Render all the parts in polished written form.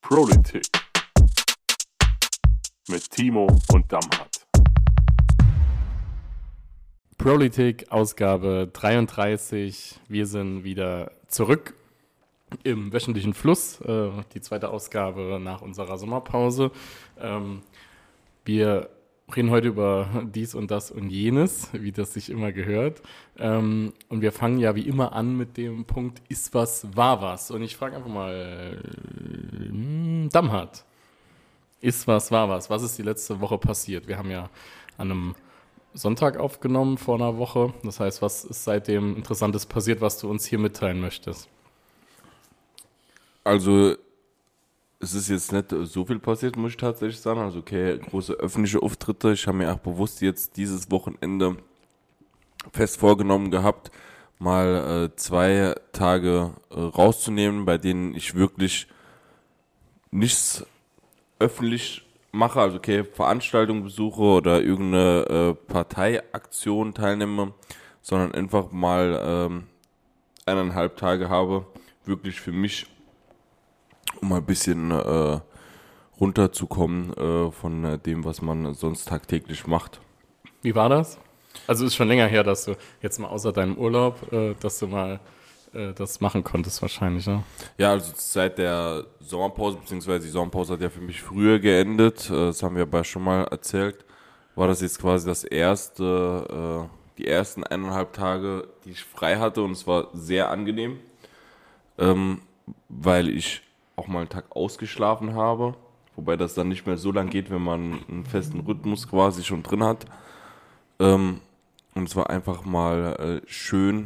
Politik mit Timo und Damhardt. Politik, Ausgabe 33. Wir sind wieder zurück im wöchentlichen Fluss. Die zweite Ausgabe nach unserer Sommerpause. Wir reden heute über dies und das und jenes, wie das sich immer gehört. Und wir fangen ja wie immer an mit dem Punkt, ist was, war was. Und ich frage einfach mal, Damhardt, ist was, war was? Was ist die letzte Woche passiert? Wir haben ja an einem Sonntag aufgenommen vor einer Woche. Das heißt, was ist seitdem Interessantes passiert, was du uns hier mitteilen möchtest? Also, es ist jetzt nicht so viel passiert, muss ich tatsächlich sagen. Also, okay, große öffentliche Auftritte. Ich habe mir auch bewusst jetzt dieses Wochenende fest vorgenommen gehabt, mal 2 Tage rauszunehmen, bei denen ich wirklich nichts öffentlich mache. Also, okay, Veranstaltungen besuche oder irgendeine Parteiaktion teilnehme, sondern einfach mal 1,5 Tage habe, wirklich für mich, um mal ein bisschen runterzukommen von dem, was man sonst tagtäglich macht. Wie war das? Also ist schon länger her, dass du jetzt mal außer deinem Urlaub, dass du mal das machen konntest wahrscheinlich, ne? Ja, also seit der Sommerpause, beziehungsweise die Sommerpause hat ja für mich früher geendet, das haben wir aber schon mal erzählt, war das jetzt quasi die ersten 1,5 Tage, die ich frei hatte, und es war sehr angenehm, weil ich auch mal einen Tag ausgeschlafen habe, wobei das dann nicht mehr so lang geht, wenn man einen festen Rhythmus quasi schon drin hat. Und es war einfach mal schön,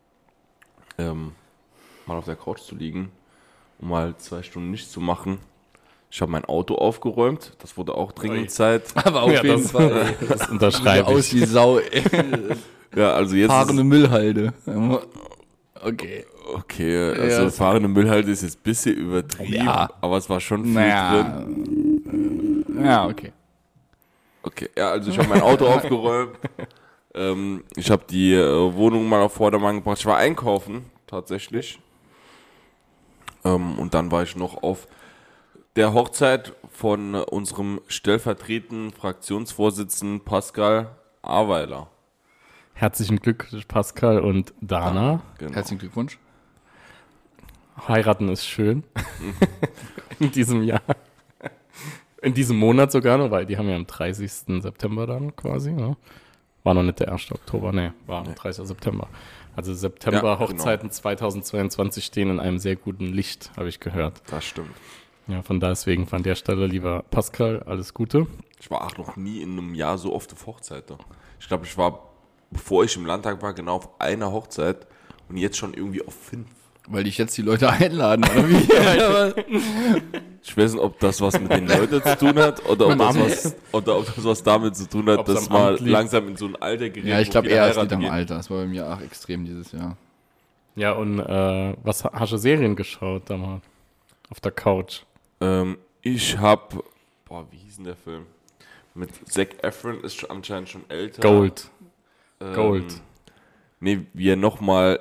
mal auf der Couch zu liegen und mal 2 Stunden nichts zu machen. Ich habe mein Auto aufgeräumt, das wurde auch dringend Zeit. Aber auf jeden Fall. Das unterschreibe ich. Aus wie Sau, ey. Ja, also jetzt Fahrende Müllhalde. Okay. Okay, also Ja, fahrende Müllhalde ist jetzt ein bisschen übertrieben, Ja. aber es war schon viel drin. Ja, okay. Okay, ja, also ich habe mein Auto aufgeräumt, ich habe die Wohnung mal auf Vordermann gebracht, ich war einkaufen, tatsächlich. Und dann war ich noch auf der Hochzeit von unserem stellvertretenden Fraktionsvorsitzenden Pascal Aweiler. Herzlichen Glückwunsch, Pascal und Dana. Genau. Herzlichen Glückwunsch. Heiraten ist schön. In diesem Jahr. In diesem Monat sogar noch, weil die haben ja am 30. September dann quasi, ne? War noch nicht der 1. Oktober, war am 30. September. Also September-Hochzeiten 2022 stehen in einem sehr guten Licht, habe ich gehört. Das stimmt. Ja, von deswegen an der Stelle, lieber Pascal, alles Gute. Ich war auch noch nie in einem Jahr so oft auf Hochzeiten. Ich glaube, ich war, bevor ich im Landtag war, genau auf einer Hochzeit und jetzt schon irgendwie auf 5. Weil dich jetzt die Leute einladen, oder wie? Ich weiß nicht, ob das was mit den Leuten zu tun hat oder ob das was damit zu tun hat, Ob's dass am man Amt liegt. langsam in so ein Alter gerät. Ja, ich glaube wo viele eher, es liegt heiraten am gehen. Alter. Das war bei mir auch extrem dieses Jahr. Ja, und was hast du Serien geschaut damals? Auf der Couch. Ich habe, wie hieß denn der Film? Mit Zac Efron, ist anscheinend schon älter. Gold. Nee, wie er nochmal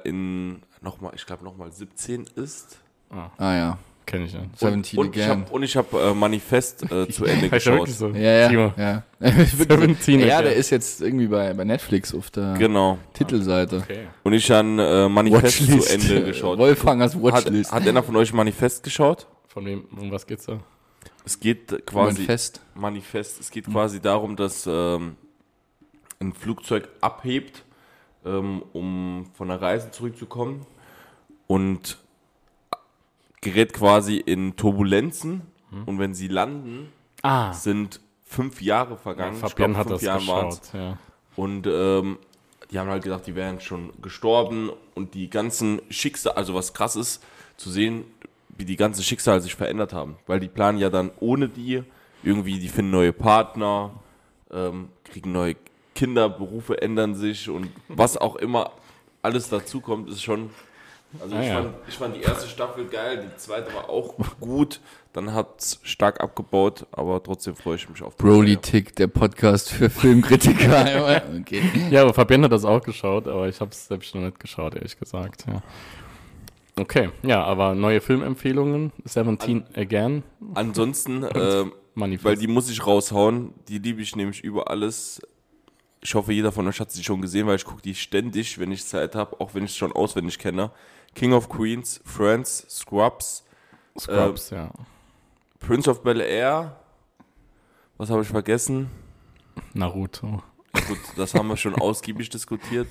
17 ist. Ah ja. Kenn ich ja. 17 again. Ich habe Manifest zu Ende Heißt ja geschaut. wirklich so. Ja, Timo. ja. 17 Ja, again. der ist jetzt irgendwie bei Netflix auf der Genau. Titelseite. Okay. Und ich habe Manifest Watchlist. zu Ende geschaut. Wolfhangers Watchlist. Hat einer von euch Manifest geschaut? Von wem, um was geht's da? Es geht quasi Manifest. Es geht quasi darum, dass ein Flugzeug abhebt, um von der Reise zurückzukommen, und gerät quasi in Turbulenzen. Und wenn sie landen, sind 5 Jahre vergangen. Fabian hat 5 das Jahre waren's. geschaut. Ja. Und die haben halt gesagt, die wären schon gestorben, und die ganzen Schicksale, also was krass ist, zu sehen, wie die ganzen Schicksale sich verändert haben. Weil die planen ja dann ohne die finden neue Partner, kriegen neue Kinder, Berufe ändern sich und was auch immer alles dazu kommt, ist schon. Also ich fand die erste Staffel geil, die zweite war auch gut, dann hat es stark abgebaut, aber trotzdem freue ich mich auf die Politik, der Podcast für Filmkritiker. Okay. Ja, aber Fabian hat das auch geschaut, aber ich habe es selbst noch nicht geschaut, ehrlich gesagt. Ja. Okay, ja, aber neue Filmempfehlungen, 17 Again, Ansonsten, Manifest. weil die muss ich raushauen, die liebe ich nämlich über alles. Ich hoffe, jeder von euch hat sie schon gesehen, weil ich gucke die ständig, wenn ich Zeit habe, auch wenn ich es schon auswendig kenne. King of Queens, Friends, Scrubs, ja. Prince of Bel-Air, was habe ich vergessen? Naruto. Ja, gut, das haben wir schon ausgiebig diskutiert.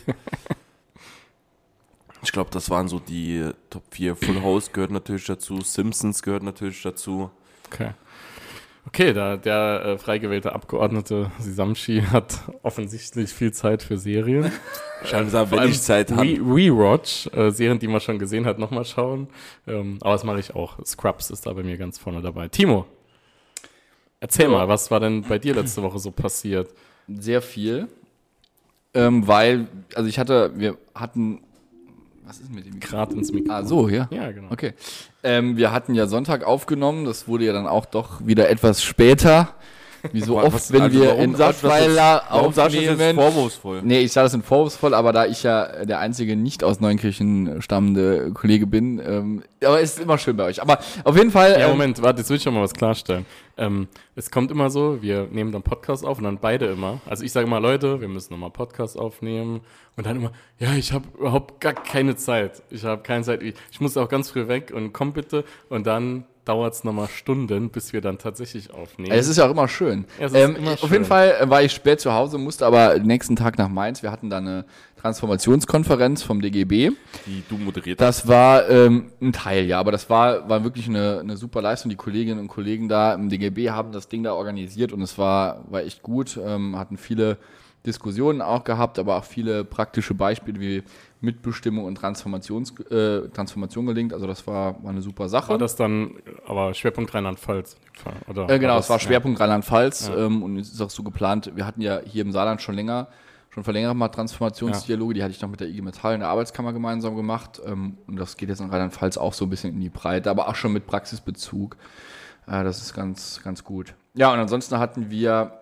Ich glaube, das waren so die Top 4. Full House gehört natürlich dazu, Simpsons gehört natürlich dazu. Okay, der frei gewählte Abgeordnete Sisamshi hat offensichtlich viel Zeit für Serien. Wenn ich Zeit habe. Rewatch, Serien, die man schon gesehen hat, nochmal schauen. Aber das mache ich auch. Scrubs ist da bei mir ganz vorne dabei. Timo, erzähl mal, was war denn bei dir letzte Woche so passiert? Sehr viel. Weil, also wir hatten, was ist mit dem Gerade ins Mikrofon. Ah, so, ja. Ja, genau. Okay. Wir hatten ja Sonntag aufgenommen, das wurde ja dann auch doch wieder etwas später. Wie so oft, wenn wir in Ottweiler Warum sagst du das jetzt aufnehmen. vorwurfsvoll? Nee, ich sage das in vorwurfsvoll, aber da ich ja der einzige nicht aus Neunkirchen stammende Kollege bin, aber es ist immer schön bei euch. Aber auf jeden Fall. Ja, Moment, warte, jetzt will ich schon mal was klarstellen. Es kommt immer so, wir nehmen dann Podcast auf und dann beide immer. Also ich sage mal, Leute, wir müssen nochmal Podcast aufnehmen. Und dann immer, ja, ich habe überhaupt gar keine Zeit. Ich habe keine Zeit. Ich muss auch ganz früh weg und komm bitte. Und dann dauert es nochmal Stunden, bis wir dann tatsächlich aufnehmen. Es ist ja auch immer schön. Ja, es ist immer auf schön. jeden Fall war ich spät zu Hause, musste aber nächsten Tag nach Mainz. Wir hatten da eine Transformationskonferenz vom DGB. Die du moderiert hast. Das war ein Teil, ja, aber das war wirklich eine super Leistung. Die Kolleginnen und Kollegen da im DGB haben das Ding da organisiert und es war echt gut. Hatten viele Diskussionen auch gehabt, aber auch viele praktische Beispiele wie Mitbestimmung und Transformation gelingt. Also das war eine super Sache. War das dann aber Schwerpunkt Rheinland-Pfalz? Oder Genau, war es war Schwerpunkt Rheinland-Pfalz Ja. und es ist auch so geplant. Wir hatten ja hier im Saarland schon vor längerem mal Transformationsdialoge, die hatte ich noch mit der IG Metall in der Arbeitskammer gemeinsam gemacht und das geht jetzt in Rheinland-Pfalz auch so ein bisschen in die Breite, aber auch schon mit Praxisbezug. Das ist ganz, ganz gut. Ja, und ansonsten hatten wir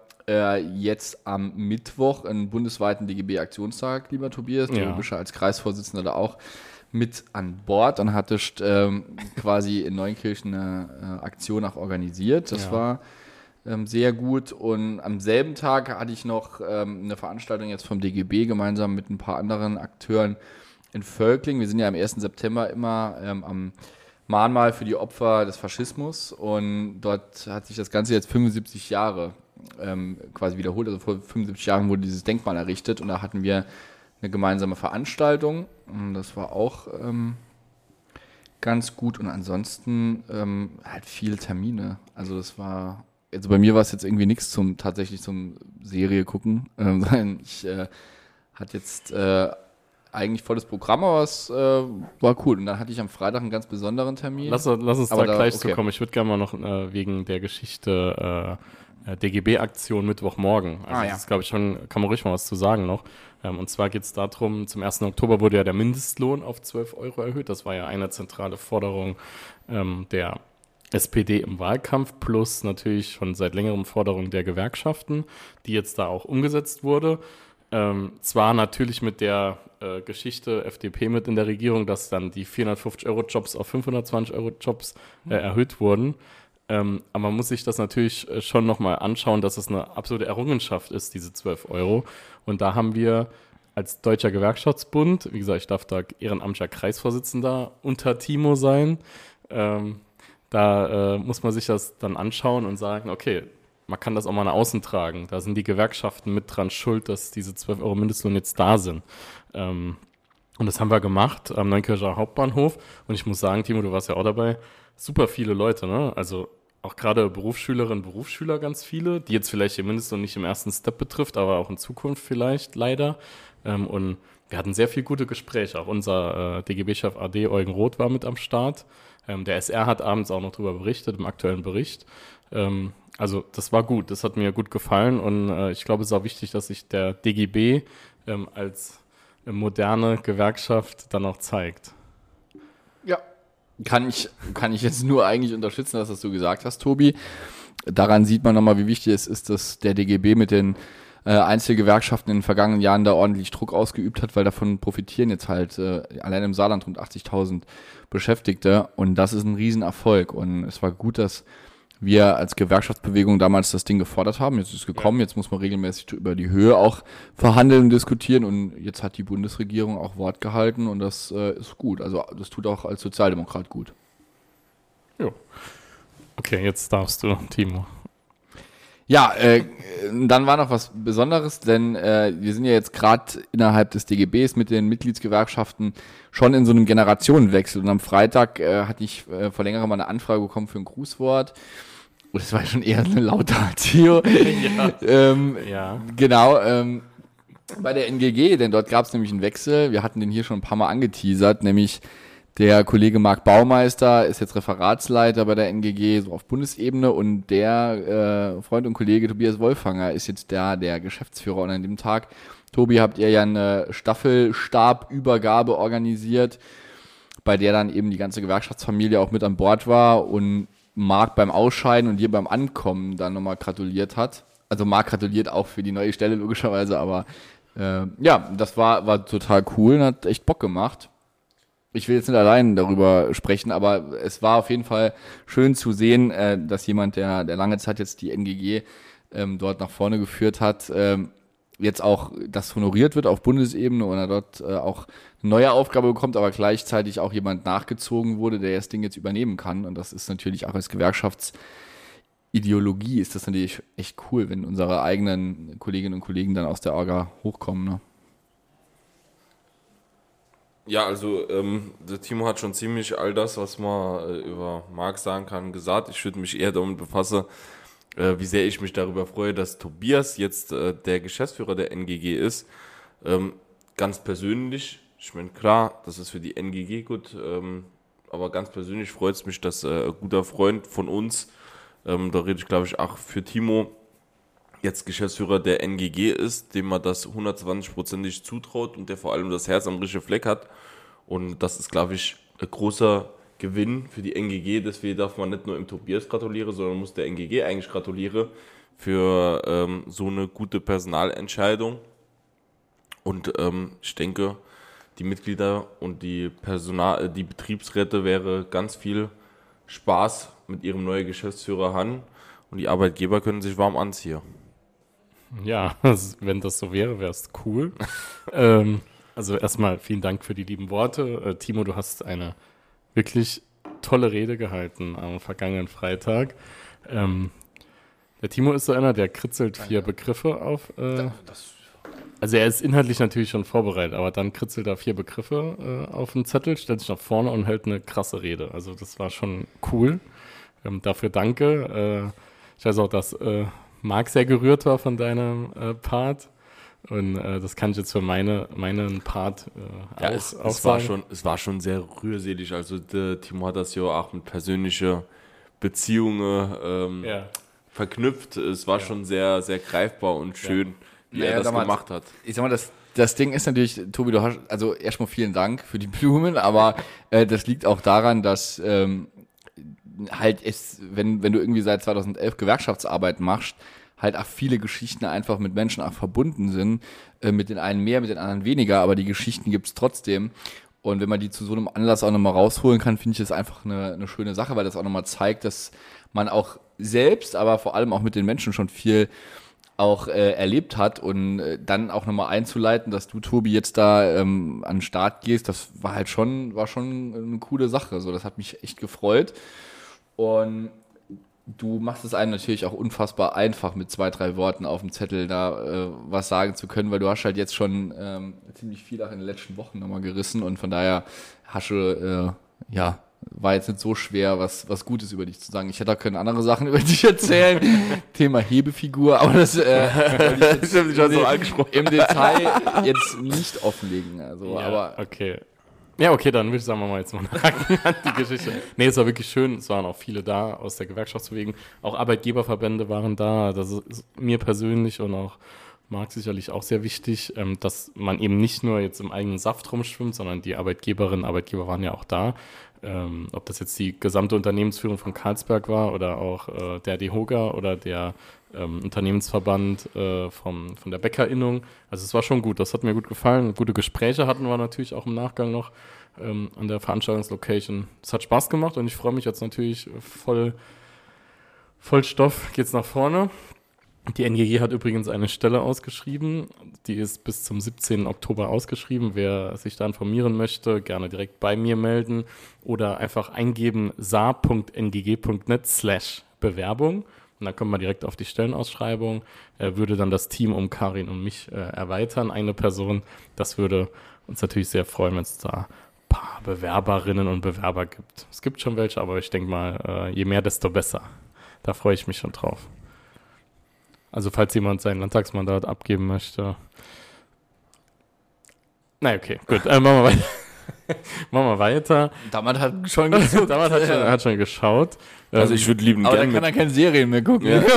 jetzt am Mittwoch einen bundesweiten DGB-Aktionstag, lieber Tobias. Ja. Du bist ja als Kreisvorsitzender da auch mit an Bord. Dann hattest quasi in Neunkirchen eine Aktion auch organisiert. Das war sehr gut. Und am selben Tag hatte ich noch eine Veranstaltung jetzt vom DGB gemeinsam mit ein paar anderen Akteuren in Völkling. Wir sind ja am 1. September immer am Mahnmal für die Opfer des Faschismus. Und dort hat sich das Ganze jetzt 75 Jahre quasi wiederholt. Also vor 75 Jahren wurde dieses Denkmal errichtet und da hatten wir eine gemeinsame Veranstaltung. Und das war auch ganz gut und ansonsten halt viele Termine. Also das war, also bei mir war es jetzt irgendwie nichts tatsächlich zum Serie gucken, sondern ich hatte jetzt eigentlich volles Programm, aber es war cool. Und dann hatte ich am Freitag einen ganz besonderen Termin. Lass uns Aber da gleich okay. zu kommen. Ich würde gerne mal noch wegen der Geschichte DGB-Aktion Mittwochmorgen. Also das ist, glaube ich, schon, kann man ruhig mal was zu sagen noch. Und zwar geht es darum, zum 1. Oktober wurde ja der Mindestlohn auf 12 Euro erhöht. Das war ja eine zentrale Forderung der SPD im Wahlkampf, plus natürlich schon seit längerem Forderung der Gewerkschaften, die jetzt da auch umgesetzt wurde. Zwar natürlich mit der Geschichte FDP mit in der Regierung, dass dann die 450-Euro-Jobs auf 520-Euro-Jobs erhöht wurden. Aber man muss sich das natürlich schon nochmal anschauen, dass es eine absolute Errungenschaft ist, diese 12 Euro. Und da haben wir als Deutscher Gewerkschaftsbund, wie gesagt, ich darf da ehrenamtlicher Kreisvorsitzender unter Timo sein, da muss man sich das dann anschauen und sagen, okay, man kann das auch mal nach außen tragen. Da sind die Gewerkschaften mit dran schuld, dass diese 12 Euro Mindestlohn jetzt da sind. Und das haben wir gemacht am Neunkircher Hauptbahnhof. Und ich muss sagen, Timo, du warst ja auch dabei, super viele Leute, ne? Also auch gerade Berufsschülerinnen, Berufsschüler ganz viele, die jetzt vielleicht ihr Mindestlohn nicht im ersten Step betrifft, aber auch in Zukunft vielleicht leider. Und wir hatten sehr viele gute Gespräche. Auch unser DGB-Chef AD Eugen Roth war mit am Start. Der SR hat abends auch noch darüber berichtet, im aktuellen Bericht. Also das war gut, das hat mir gut gefallen und ich glaube, es ist auch wichtig, dass sich der DGB als moderne Gewerkschaft dann auch zeigt. Ja. Kann ich jetzt nur eigentlich unterstützen, dass das du gesagt hast, Tobi. Daran sieht man nochmal, wie wichtig es ist, dass der DGB mit den Einzelgewerkschaften in den vergangenen Jahren da ordentlich Druck ausgeübt hat, weil davon profitieren jetzt halt allein im Saarland rund 80.000 Beschäftigte und das ist ein Riesenerfolg und es war gut, dass wir als Gewerkschaftsbewegung damals das Ding gefordert haben. Jetzt ist es gekommen, jetzt muss man regelmäßig über die Höhe auch verhandeln und diskutieren und jetzt hat die Bundesregierung auch Wort gehalten und das ist gut. Also das tut auch als Sozialdemokrat gut. Jo. Okay, jetzt darfst du, Timo. Ja, dann war noch was Besonderes, denn wir sind ja jetzt gerade innerhalb des DGBs mit den Mitgliedsgewerkschaften schon in so einem Generationenwechsel. Und am Freitag hatte ich vor längerem mal eine Anfrage bekommen für ein Grußwort. Und das war schon eher eine Laudatio. Ja. Genau, bei der NGG, denn dort gab es nämlich einen Wechsel. Wir hatten den hier schon ein paar Mal angeteasert, nämlich der Kollege Marc Baumeister ist jetzt Referatsleiter bei der NGG, so auf Bundesebene und der Freund und Kollege Tobias Wolfanger ist jetzt der Geschäftsführer und an dem Tag, Tobi, habt ihr ja eine Staffelstabübergabe organisiert, bei der dann eben die ganze Gewerkschaftsfamilie auch mit an Bord war und Marc beim Ausscheiden und dir beim Ankommen dann nochmal gratuliert hat. Also Marc gratuliert auch für die neue Stelle logischerweise, aber ja, das war total cool und hat echt Bock gemacht. Ich will jetzt nicht allein darüber sprechen, aber es war auf jeden Fall schön zu sehen, dass jemand, der lange Zeit jetzt die NGG dort nach vorne geführt hat, jetzt auch das honoriert wird auf Bundesebene und er dort auch eine neue Aufgabe bekommt, aber gleichzeitig auch jemand nachgezogen wurde, der das Ding jetzt übernehmen kann. Und das ist natürlich auch als Gewerkschaftsideologie ist das natürlich echt cool, wenn unsere eigenen Kolleginnen und Kollegen dann aus der Orga hochkommen, ne? Ja, also der Timo hat schon ziemlich all das, was man über Marc sagen kann, gesagt. Ich würde mich eher damit befassen, wie sehr ich mich darüber freue, dass Tobias jetzt der Geschäftsführer der NGG ist. Ganz persönlich, ich meine, klar, das ist für die NGG gut, aber ganz persönlich freut es mich, dass ein guter Freund von uns, da rede ich glaube ich auch für Timo, jetzt Geschäftsführer der NGG ist, dem man das 120%ig zutraut und der vor allem das Herz am richtigen Fleck hat. Und das ist, glaube ich, ein großer Gewinn für die NGG. Deswegen darf man nicht nur im Tobias gratulieren, sondern muss der NGG eigentlich gratulieren für so eine gute Personalentscheidung. Und ich denke, die Mitglieder und die Betriebsräte wäre ganz viel Spaß mit ihrem neuen Geschäftsführer Han. Und die Arbeitgeber können sich warm anziehen. Ja, wenn das so wäre, wäre es cool. Also erstmal vielen Dank für die lieben Worte. Timo, du hast eine wirklich tolle Rede gehalten am vergangenen Freitag. Der Timo ist so einer, der kritzelt 4 Begriffe auf. Also er ist inhaltlich natürlich schon vorbereitet, aber dann kritzelt er 4 Begriffe auf den Zettel, stellt sich nach vorne und hält eine krasse Rede. Also das war schon cool. Dafür danke. Ich weiß auch, dass Marc sehr gerührt war von deinem Part und das kann ich jetzt für meinen Part ja, auch sagen. Es war schon sehr rührselig, also der Timo hat das ja auch mit persönlichen Beziehungen verknüpft. Es war schon sehr, sehr greifbar und schön, wie er das gemacht hat. Ich sag mal, das Ding ist natürlich, Tobi, du hast, also erstmal vielen Dank für die Blumen, aber das liegt auch daran, dass halt wenn du irgendwie seit 2011 Gewerkschaftsarbeit machst, halt auch viele Geschichten einfach mit Menschen auch verbunden sind, mit den einen mehr, mit den anderen weniger, aber die Geschichten gibt's trotzdem. Und wenn man die zu so einem Anlass auch nochmal rausholen kann, finde ich das einfach eine schöne Sache, weil das auch nochmal zeigt, dass man auch selbst, aber vor allem auch mit den Menschen schon viel auch erlebt hat und dann auch nochmal einzuleiten, dass du, Tobi, jetzt da an den Start gehst, das war schon eine coole Sache. So, das hat mich echt gefreut. Und du machst es einem natürlich auch unfassbar einfach, mit 2, 3 Worten auf dem Zettel da was sagen zu können, weil du hast halt jetzt schon ziemlich viel auch in den letzten Wochen nochmal gerissen und von daher hast du, war jetzt nicht so schwer, was Gutes über dich zu sagen. Ich hätte auch können andere Sachen über dich erzählen. Thema Hebefigur, aber das im Detail jetzt nicht offenlegen. Also, Ja, aber okay. Ja, okay, dann würde ich sagen, wir mal jetzt mal einen Haken an die Geschichte. Nee, es war wirklich schön. Es waren auch viele da aus der Gewerkschaftsbewegung. Auch Arbeitgeberverbände waren da. Das ist mir persönlich und auch Marc sicherlich auch sehr wichtig, dass man eben nicht nur jetzt im eigenen Saft rumschwimmt, sondern die Arbeitgeberinnen und Arbeitgeber waren ja auch da. Ob das jetzt die gesamte Unternehmensführung von Carlsberg war oder auch der DEHOGA oder der Unternehmensverband von der Bäckerinnung. Also es war schon gut, das hat mir gut gefallen. Gute Gespräche hatten wir natürlich auch im Nachgang noch an der Veranstaltungslocation. Es hat Spaß gemacht und ich freue mich jetzt natürlich voll Stoff geht's nach vorne. Die NGG hat übrigens eine Stelle ausgeschrieben, die ist bis zum 17. Oktober ausgeschrieben. Wer sich da informieren möchte, gerne direkt bei mir melden oder einfach eingeben saar.ngg.net/Bewerbung und dann kommt man direkt auf die Stellenausschreibung, würde dann das Team um Karin und mich erweitern, eine Person. Das würde uns natürlich sehr freuen, wenn es da ein paar Bewerberinnen und Bewerber gibt. Es gibt schon welche, aber ich denke mal, je mehr, desto besser. Da freue ich mich schon drauf. Also falls jemand sein Landtagsmandat abgeben möchte. Na okay, gut. Machen wir weiter. Damals hat schon gezuckt. Damals hat schon geschaut. Also ich würde lieben aber gerne dann kann er keine Serien mehr gucken. Ja.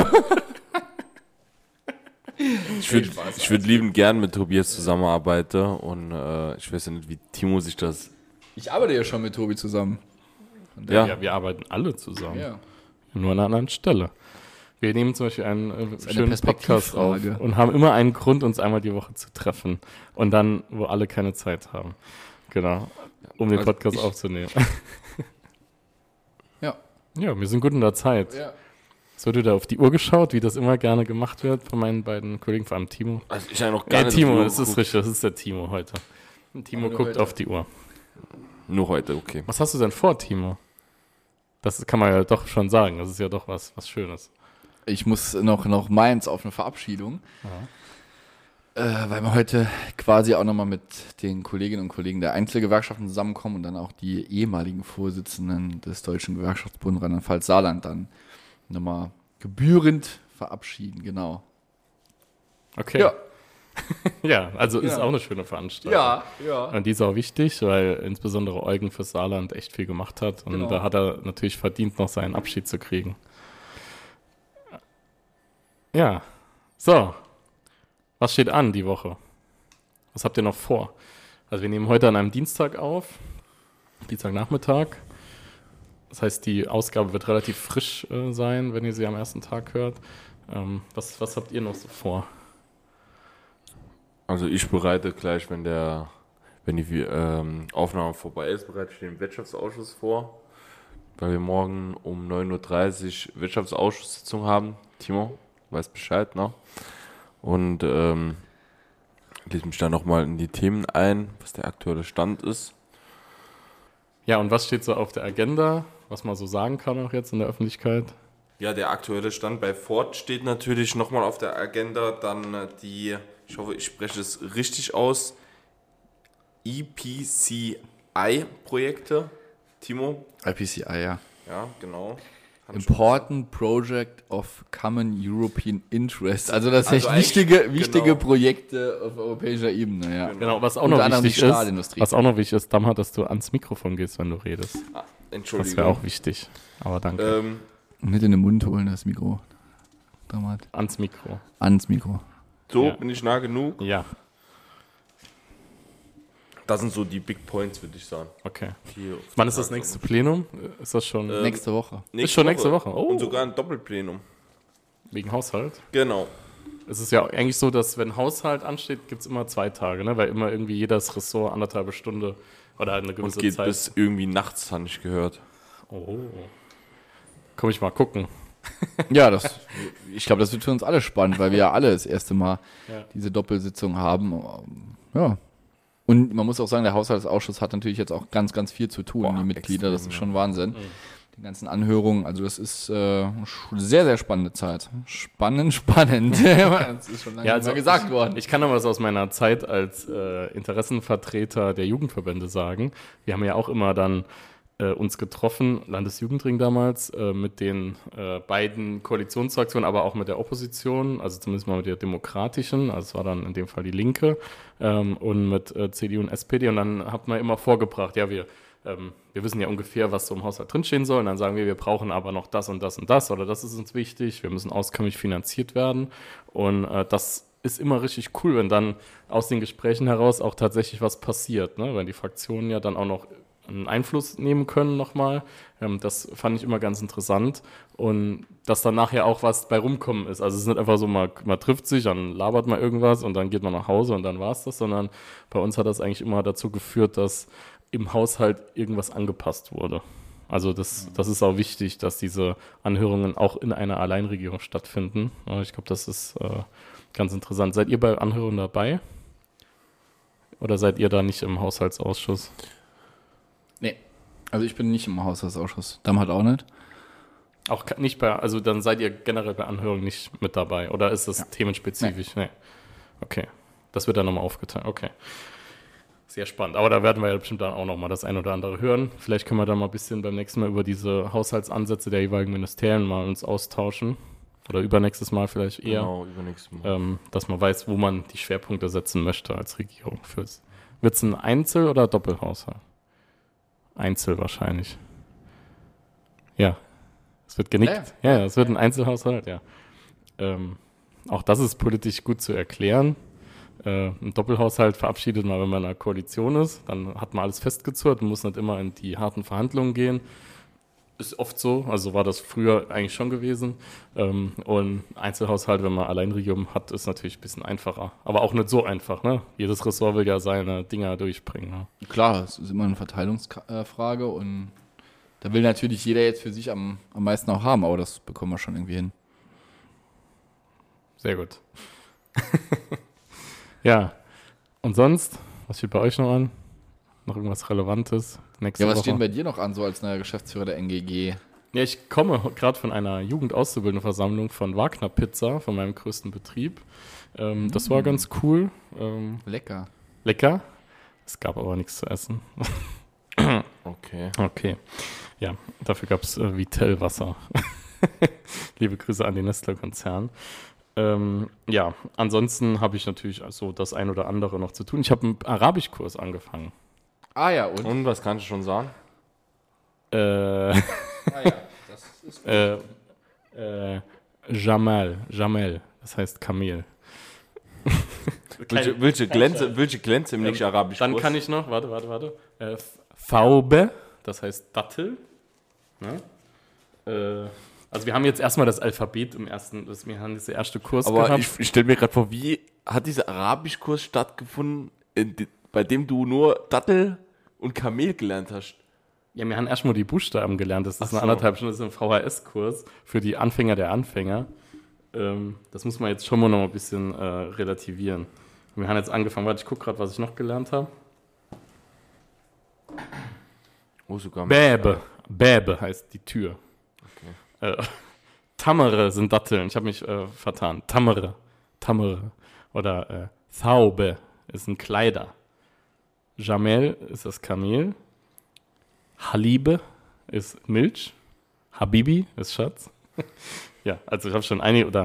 Ich würd lieben gern mit Tobias zusammenarbeiten und ich weiß ja nicht, wie Timo sich das... Ich arbeite ja schon mit Tobi zusammen. Ja. Wir arbeiten alle zusammen. Ja. Nur an einer anderen Stelle. Wir nehmen zum Beispiel einen schönen Podcast auf Perspektivfrage. und haben immer einen Grund, uns einmal die Woche zu treffen. Und dann, wo alle keine Zeit haben. Genau. Um den Also Podcast aufzunehmen. Ja. Ja, wir sind gut in der Zeit. Ja. Es wurde da auf die Uhr geschaut, wie das immer gerne gemacht wird von meinen beiden Kollegen, vor allem Timo. Also ich habe noch gar nicht Timo, auf die Uhr das ist geguckt. richtig, das ist der Timo heute. Und Timo Aber nur guckt heute. auf die Uhr. Nur heute, okay. Was hast du denn vor, Timo? Das kann man ja doch schon sagen, das ist ja doch was Schönes. Ich muss noch Mainz auf eine Verabschiedung. Weil wir heute quasi auch nochmal mit den Kolleginnen und Kollegen der Einzelgewerkschaften zusammenkommen und dann auch die ehemaligen Vorsitzenden des Deutschen Gewerkschaftsbund Rheinland-Pfalz Saarland dann nochmal gebührend verabschieden, genau. Okay. Ja, also ist Ja. auch eine schöne Veranstaltung. ja. Und die ist auch wichtig, weil insbesondere Eugen fürs Saarland echt viel gemacht hat. Und Genau. da hat er natürlich verdient, noch seinen Abschied zu kriegen. Ja, so. Was steht an die Woche? Was habt ihr noch vor? Also wir nehmen heute an einem Dienstag auf, Dienstagnachmittag. Das heißt, die Ausgabe wird relativ frisch sein, wenn ihr sie am ersten Tag hört. Was habt ihr noch so vor? Also ich bereite gleich, wenn die Aufnahme vorbei ist, bereite ich den Wirtschaftsausschuss vor, weil wir morgen um 9.30 Uhr Wirtschaftsausschusssitzung haben. Timo, weiß Bescheid, ne? Und lese mich dann nochmal in die Themen ein, was der aktuelle Stand ist. Ja, und was steht so auf der Agenda, was man so sagen kann auch jetzt in der Öffentlichkeit? Ja, der aktuelle Stand bei Ford steht natürlich nochmal auf der Agenda. Dann die, ich hoffe, ich spreche es richtig aus, EPCI-Projekte. Timo? IPCI, ja. Ja, genau. Important Project of Common European Interest. Also das Also heißt eigentlich- wichtige genau. Projekte auf europäischer Ebene, ja. Genau, was auch Unter noch anderem wichtig die ist, Stahlindustrie. was auch noch wichtig ist, Dammer, dass du ans Mikrofon gehst, wenn du redest. Ah, Das Entschuldigung. wäre auch wichtig. Aber danke. Nicht in den Mund holen, das Mikro. Damals. Ans Mikro. Ans Mikro. So, Ja. bin ich nah genug? Ja, Das sind so die Big Points, würde ich sagen. okay. Hier auf Wann der ist das Tagesordnung. nächste Plenum? Ist das schon Nächste Woche. Ist schon nächste Woche. Oh. Und sogar ein Doppelplenum. wegen Haushalt? Genau. Es ist ja eigentlich so, dass wenn Haushalt ansteht, gibt es immer 2 Tage, ne? Weil immer irgendwie jedes Ressort 1,5 Stunde oder eine Und gewisse geht Zeit. bis irgendwie nachts, habe ich gehört. Oh. Komm ich mal gucken. Ja, ich glaube, das wird für uns alle spannend, weil wir ja alle das erste Mal Ja. diese Doppelsitzung haben. Ja. Und man muss auch sagen, der Haushaltsausschuss hat natürlich jetzt auch ganz, ganz viel zu tun, Boah, die Mitglieder, das extrem, ist schon Wahnsinn. Die ganzen Anhörungen, also das ist sehr, sehr spannende Zeit. Spannend. Das ist schon lange Ja, nicht also mehr gesagt worden. Ich kann aber was aus meiner Zeit als Interessenvertreter der Jugendverbände sagen. Wir haben ja auch immer dann uns getroffen, Landesjugendring damals, mit den beiden Koalitionsfraktionen, aber auch mit der Opposition, also zumindest mal mit der demokratischen, also es war dann in dem Fall die Linke, und mit CDU und SPD. Und dann hat man immer vorgebracht, ja, wir wissen ja ungefähr, was so im Haushalt drinstehen soll. Und dann sagen wir brauchen aber noch das und das und das, oder das ist uns wichtig, wir müssen auskömmlich finanziert werden. Und das ist immer richtig cool, wenn dann aus den Gesprächen heraus auch tatsächlich was passiert, ne? Weil die Fraktionen ja dann auch noch einen Einfluss nehmen können nochmal. Das fand ich immer ganz interessant. Und dass dann nachher auch was bei rumkommen ist. Also es ist nicht einfach so, man trifft sich, dann labert man irgendwas und dann geht man nach Hause und dann war es das, sondern bei uns hat das eigentlich immer dazu geführt, dass im Haushalt irgendwas angepasst wurde. Also das ist auch wichtig, dass diese Anhörungen auch in einer Alleinregierung stattfinden. Ich glaube, das ist ganz interessant. Seid ihr bei Anhörungen dabei? Oder seid ihr da nicht im Haushaltsausschuss? Nee, also ich bin nicht im Haushaltsausschuss. Damals auch nicht. Auch nicht bei, also dann seid ihr generell bei Anhörungen nicht mit dabei? Oder ist das themenspezifisch? Nee. Okay, das wird dann nochmal aufgeteilt. Okay. Sehr spannend. Aber da werden wir ja bestimmt dann auch nochmal das ein oder andere hören. Vielleicht können wir dann mal ein bisschen beim nächsten Mal über diese Haushaltsansätze der jeweiligen Ministerien mal uns austauschen. Oder übernächstes Mal vielleicht eher. Genau, übernächstes Mal. Dass man weiß, wo man die Schwerpunkte setzen möchte als Regierung. Wird es ein Einzel- oder Doppelhaushalt? Einzel wahrscheinlich. Ja. Es wird genickt. Ja, es wird ein Einzelhaushalt, ja. Auch das ist politisch gut zu erklären. Ein Doppelhaushalt verabschiedet man, wenn man in einer Koalition ist. Dann hat man alles festgezurrt und muss nicht immer in die harten Verhandlungen gehen. Ist oft so, also war das früher eigentlich schon gewesen. Und Einzelhaushalt, wenn man Alleinregierung hat, ist natürlich ein bisschen einfacher. Aber auch nicht so einfach, ne? Jedes Ressort will ja seine Dinger durchbringen. Ne? Klar, es ist immer eine Verteilungsfrage und da will natürlich jeder jetzt für sich am meisten auch haben, aber das bekommen wir schon irgendwie hin. Sehr gut. Ja, und sonst, was steht bei euch noch an? Noch irgendwas Relevantes? Nächste Ja, was Woche? steht bei dir noch an, so als neuer Geschäftsführer der NGG? Ja, ich komme gerade von einer Jugendauszubildenden-Versammlung von Wagner Pizza, von meinem größten Betrieb. Das war ganz cool. Lecker. Lecker. Es gab aber nichts zu essen. Okay. Ja, dafür gab es Vitell-Wasser. Liebe Grüße an den Nestle-Konzern. Ja, ansonsten habe ich natürlich also das ein oder andere noch zu tun. Ich habe einen Arabischkurs angefangen. Ah ja, und? Und was kannst du schon sagen? Ah ja, das ist Jamel, das heißt Kamel. Welche Glänze im nicht arabisch? Dann kann ich noch, warte. Faube, das heißt Dattel. Ne? Also wir haben jetzt erstmal das Alphabet wir haben jetzt der erste Kurs Aber gehabt. ich stelle mir gerade vor, wie hat dieser Arabischkurs stattgefunden, bei dem du nur Dattel und Kamel gelernt hast? Ja, wir haben erstmal die Buchstaben gelernt. Das ist Ach eine so. 1,5 Stunden, das ist ein VHS-Kurs für die Anfänger der Anfänger. Das muss man jetzt schon mal noch ein bisschen relativieren. Wir haben jetzt angefangen, ich gucke gerade, was ich noch gelernt habe. Oh, sogar. Bäbe heißt die Tür. Tamere sind Datteln. Ich habe mich vertan. Tamere. Oder Thaube ist ein Kleider. Jamel ist das Kamel. Halibe ist Milch. Habibi ist Schatz. Ja, also ich habe schon einige. Oder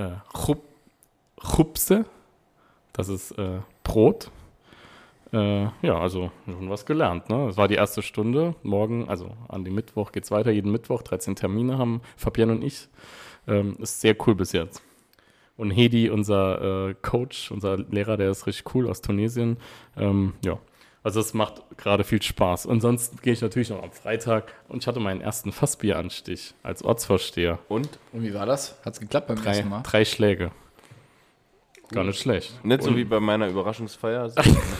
Chupse, das ist Brot. Ja, also schon was gelernt. Ne? Das war die erste Stunde. Morgen, also an dem Mittwoch geht es weiter. Jeden Mittwoch 13 Termine haben Fabienne und ich. Ist sehr cool bis jetzt. Und Hedi, unser Coach, unser Lehrer, der ist richtig cool aus Tunesien. Ja, also es macht gerade viel Spaß. Und sonst gehe ich natürlich noch am Freitag und ich hatte meinen ersten Fassbieranstich als Ortsvorsteher. Und? Und wie war das? Hat's geklappt beim ersten Mal? 3 Schläge. Cool. Gar nicht schlecht. Nicht so wie bei meiner Überraschungsfeier.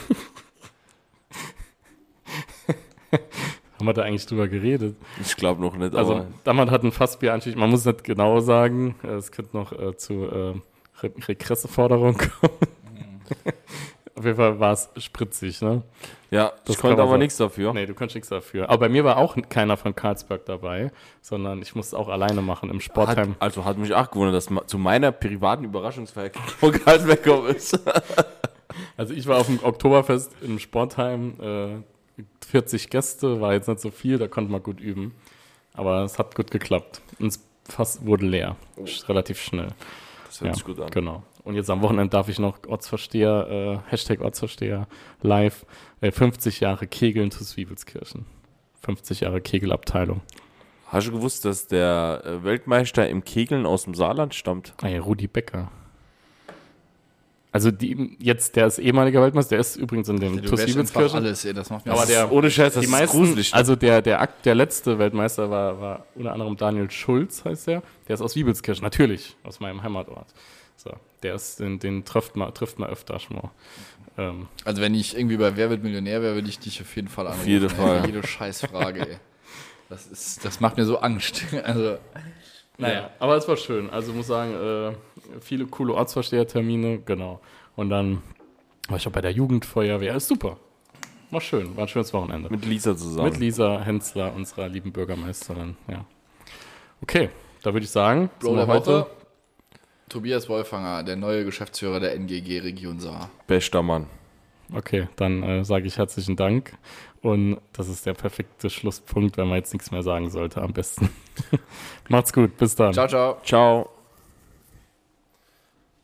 Haben wir da eigentlich drüber geredet? Ich glaube noch nicht, Also aber damals hat ein Fassbieranstich, man muss nicht genau sagen, es könnte noch zu Regresseforderungen kommen. Auf jeden Fall war es spritzig, ne? ja, Das ich konnte kann man aber sagen. nichts dafür. Nee, du kannst nichts dafür. Aber bei mir war auch keiner von Karlsberg dabei, sondern ich musste auch alleine machen im Sportheim. Hat mich auch gewundert, dass zu meiner privaten Überraschungsfeier von Karlsberg gekommen ist. Also ich war auf dem Oktoberfest im Sportheim, 40 Gäste, war jetzt nicht so viel, da konnte man gut üben. Aber es hat gut geklappt. Und das Fass wurde leer, relativ schnell. Das hört sich gut an. Genau. Und jetzt am Wochenende darf ich noch Ortsvorsteher, Hashtag Ortsvorsteher live, 50 Jahre Kegeln zu Zwiebelskirchen. 50 Jahre Kegelabteilung. Hast du gewusst, dass der Weltmeister im Kegeln aus dem Saarland stammt? Ah ja, Rudi Becker. Also jetzt, der ist ehemaliger Weltmeister, der ist übrigens in dem Du wäschst einfach TuS alles, ey, das macht mir Aber Angst. der, Ohne Scheiß, das die ist meisten, gruselig. also der letzte Weltmeister war unter anderem Daniel Schulz, heißt der. Der ist aus Wiebelskirchen, natürlich, aus meinem Heimatort. So, der ist, den trifft man öfter schon mal. Also wenn ich irgendwie bei Wer wird Millionär wäre, würde ich dich auf jeden Fall anrufen. jeden ey. Fall. Jede Scheißfrage, ey. Das macht mir so Angst. Also, Naja, aber es war schön. Also muss sagen, viele coole Ortsvorstehertermine, genau. Und dann war ich auch bei der Jugendfeuerwehr, ist super. War schön, war ein schönes Wochenende. Mit Lisa zusammen. Mit Lisa Hensler, unserer lieben Bürgermeisterin, ja. Okay, da würde ich sagen, Bro sind der wir Woche, Tobias Wolfanger, der neue Geschäftsführer der NGG Region Saar. Bester Mann. Okay, dann sage ich herzlichen Dank. Und das ist der perfekte Schlusspunkt, wenn man jetzt nichts mehr sagen sollte, am besten. Macht's gut, bis dann. Ciao, ciao. Ciao.